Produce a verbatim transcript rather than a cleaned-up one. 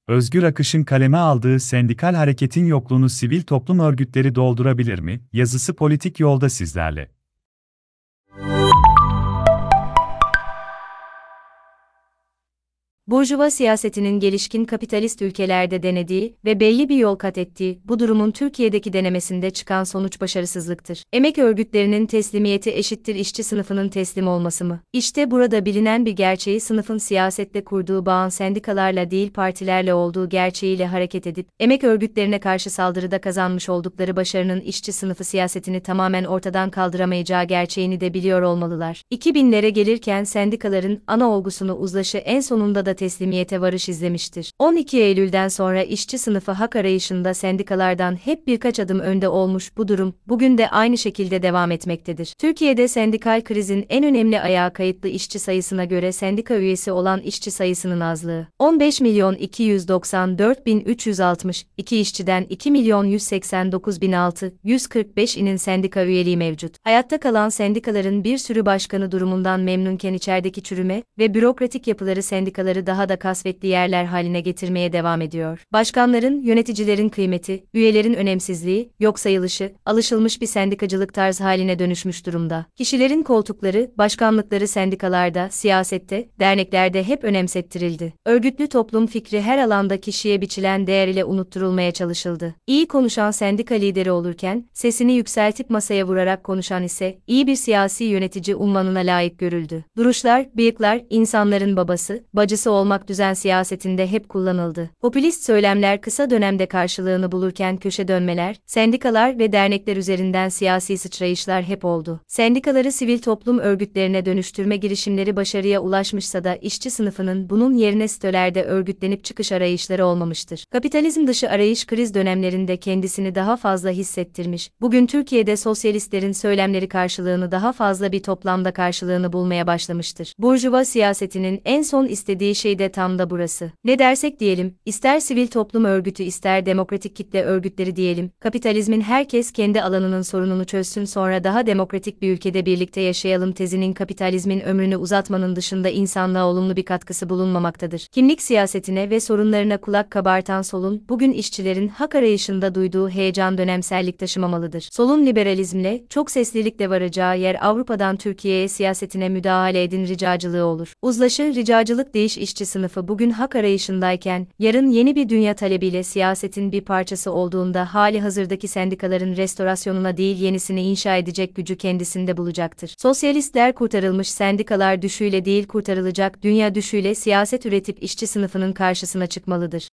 Özgür Akış'ın kaleme aldığı sendikal hareketin yokluğunu sivil toplum örgütleri doldurabilir mi? Yazısı Politik Yolda sizlerle. Burjuva siyasetinin gelişkin kapitalist ülkelerde denediği ve belli bir yol kat ettiği bu durumun Türkiye'deki denemesinde çıkan sonuç başarısızlıktır. Emek örgütlerinin teslimiyeti eşittir işçi sınıfının teslim olması mı? İşte burada bilinen bir gerçeği sınıfın siyasette kurduğu bağın sendikalarla değil partilerle olduğu gerçeğiyle hareket edip, emek örgütlerine karşı saldırıda kazanmış oldukları başarının işçi sınıfı siyasetini tamamen ortadan kaldıramayacağı gerçeğini de biliyor olmalılar. iki binlere gelirken sendikaların ana olgusunu uzlaşı en sonunda da teslimiyete varış izlemiştir. on iki Eylül'den sonra işçi sınıfı hak arayışında sendikalardan hep birkaç adım önde olmuş bu durum, bugün de aynı şekilde devam etmektedir. Türkiye'de sendikal krizin en önemli ayağı kayıtlı işçi sayısına göre sendika üyesi olan işçi sayısının azlığı. on beş milyon iki yüz doksan dört bin üç yüz altmış iki işçiden iki milyon yüz seksen dokuz bin altı yüz kırk beşinin sendika üyeliği mevcut. Hayatta kalan sendikaların bir sürü başkanı durumundan memnunken içerideki çürüme ve bürokratik yapıları sendikaları daha da kasvetli yerler haline getirmeye devam ediyor. Başkanların, yöneticilerin kıymeti, üyelerin önemsizliği, yok sayılışı, alışılmış bir sendikacılık tarzı haline dönüşmüş durumda. Kişilerin koltukları, başkanlıkları sendikalarda, siyasette, derneklerde hep önemsettirildi. Örgütlü toplum fikri her alanda kişiye biçilen değer ile unutturulmaya çalışıldı. İyi konuşan sendika lideri olurken, sesini yükseltip masaya vurarak konuşan ise, iyi bir siyasi yönetici unvanına layık görüldü. Duruşlar, bıyıklar, insanların babası, bacısı olmak düzen siyasetinde hep kullanıldı. Popülist söylemler kısa dönemde karşılığını bulurken köşe dönmeler, sendikalar ve dernekler üzerinden siyasi sıçrayışlar hep oldu. Sendikaları sivil toplum örgütlerine dönüştürme girişimleri başarıya ulaşmışsa da işçi sınıfının bunun yerine sitelerde örgütlenip çıkış arayışları olmamıştır. Kapitalizm dışı arayış kriz dönemlerinde kendisini daha fazla hissettirmiş. Bugün Türkiye'de sosyalistlerin söylemleri karşılığını daha fazla bir toplamda karşılığını bulmaya başlamıştır. Burjuva siyasetinin en son istediği şey de tam da burası. Ne dersek diyelim, ister sivil toplum örgütü ister demokratik kitle örgütleri diyelim, kapitalizmin herkes kendi alanının sorununu çözsün sonra daha demokratik bir ülkede birlikte yaşayalım tezinin kapitalizmin ömrünü uzatmanın dışında insanlığa olumlu bir katkısı bulunmamaktadır. Kimlik siyasetine ve sorunlarına kulak kabartan solun, bugün işçilerin hak arayışında duyduğu heyecan dönemsellik taşımamalıdır. Solun liberalizmle, çok seslilikle varacağı yer Avrupa'dan Türkiye'ye siyasetine müdahale edin ricacılığı olur. Uzlaşı, ricacılık değiş işçi sınıfı bugün hak arayışındayken, yarın yeni bir dünya talebiyle siyasetin bir parçası olduğunda hali hazırdaki sendikaların restorasyonuna değil yenisini inşa edecek gücü kendisinde bulacaktır. Sosyalistler kurtarılmış sendikalar düşüyle değil kurtarılacak dünya düşüyle siyaset üretip işçi sınıfının karşısına çıkmalıdır.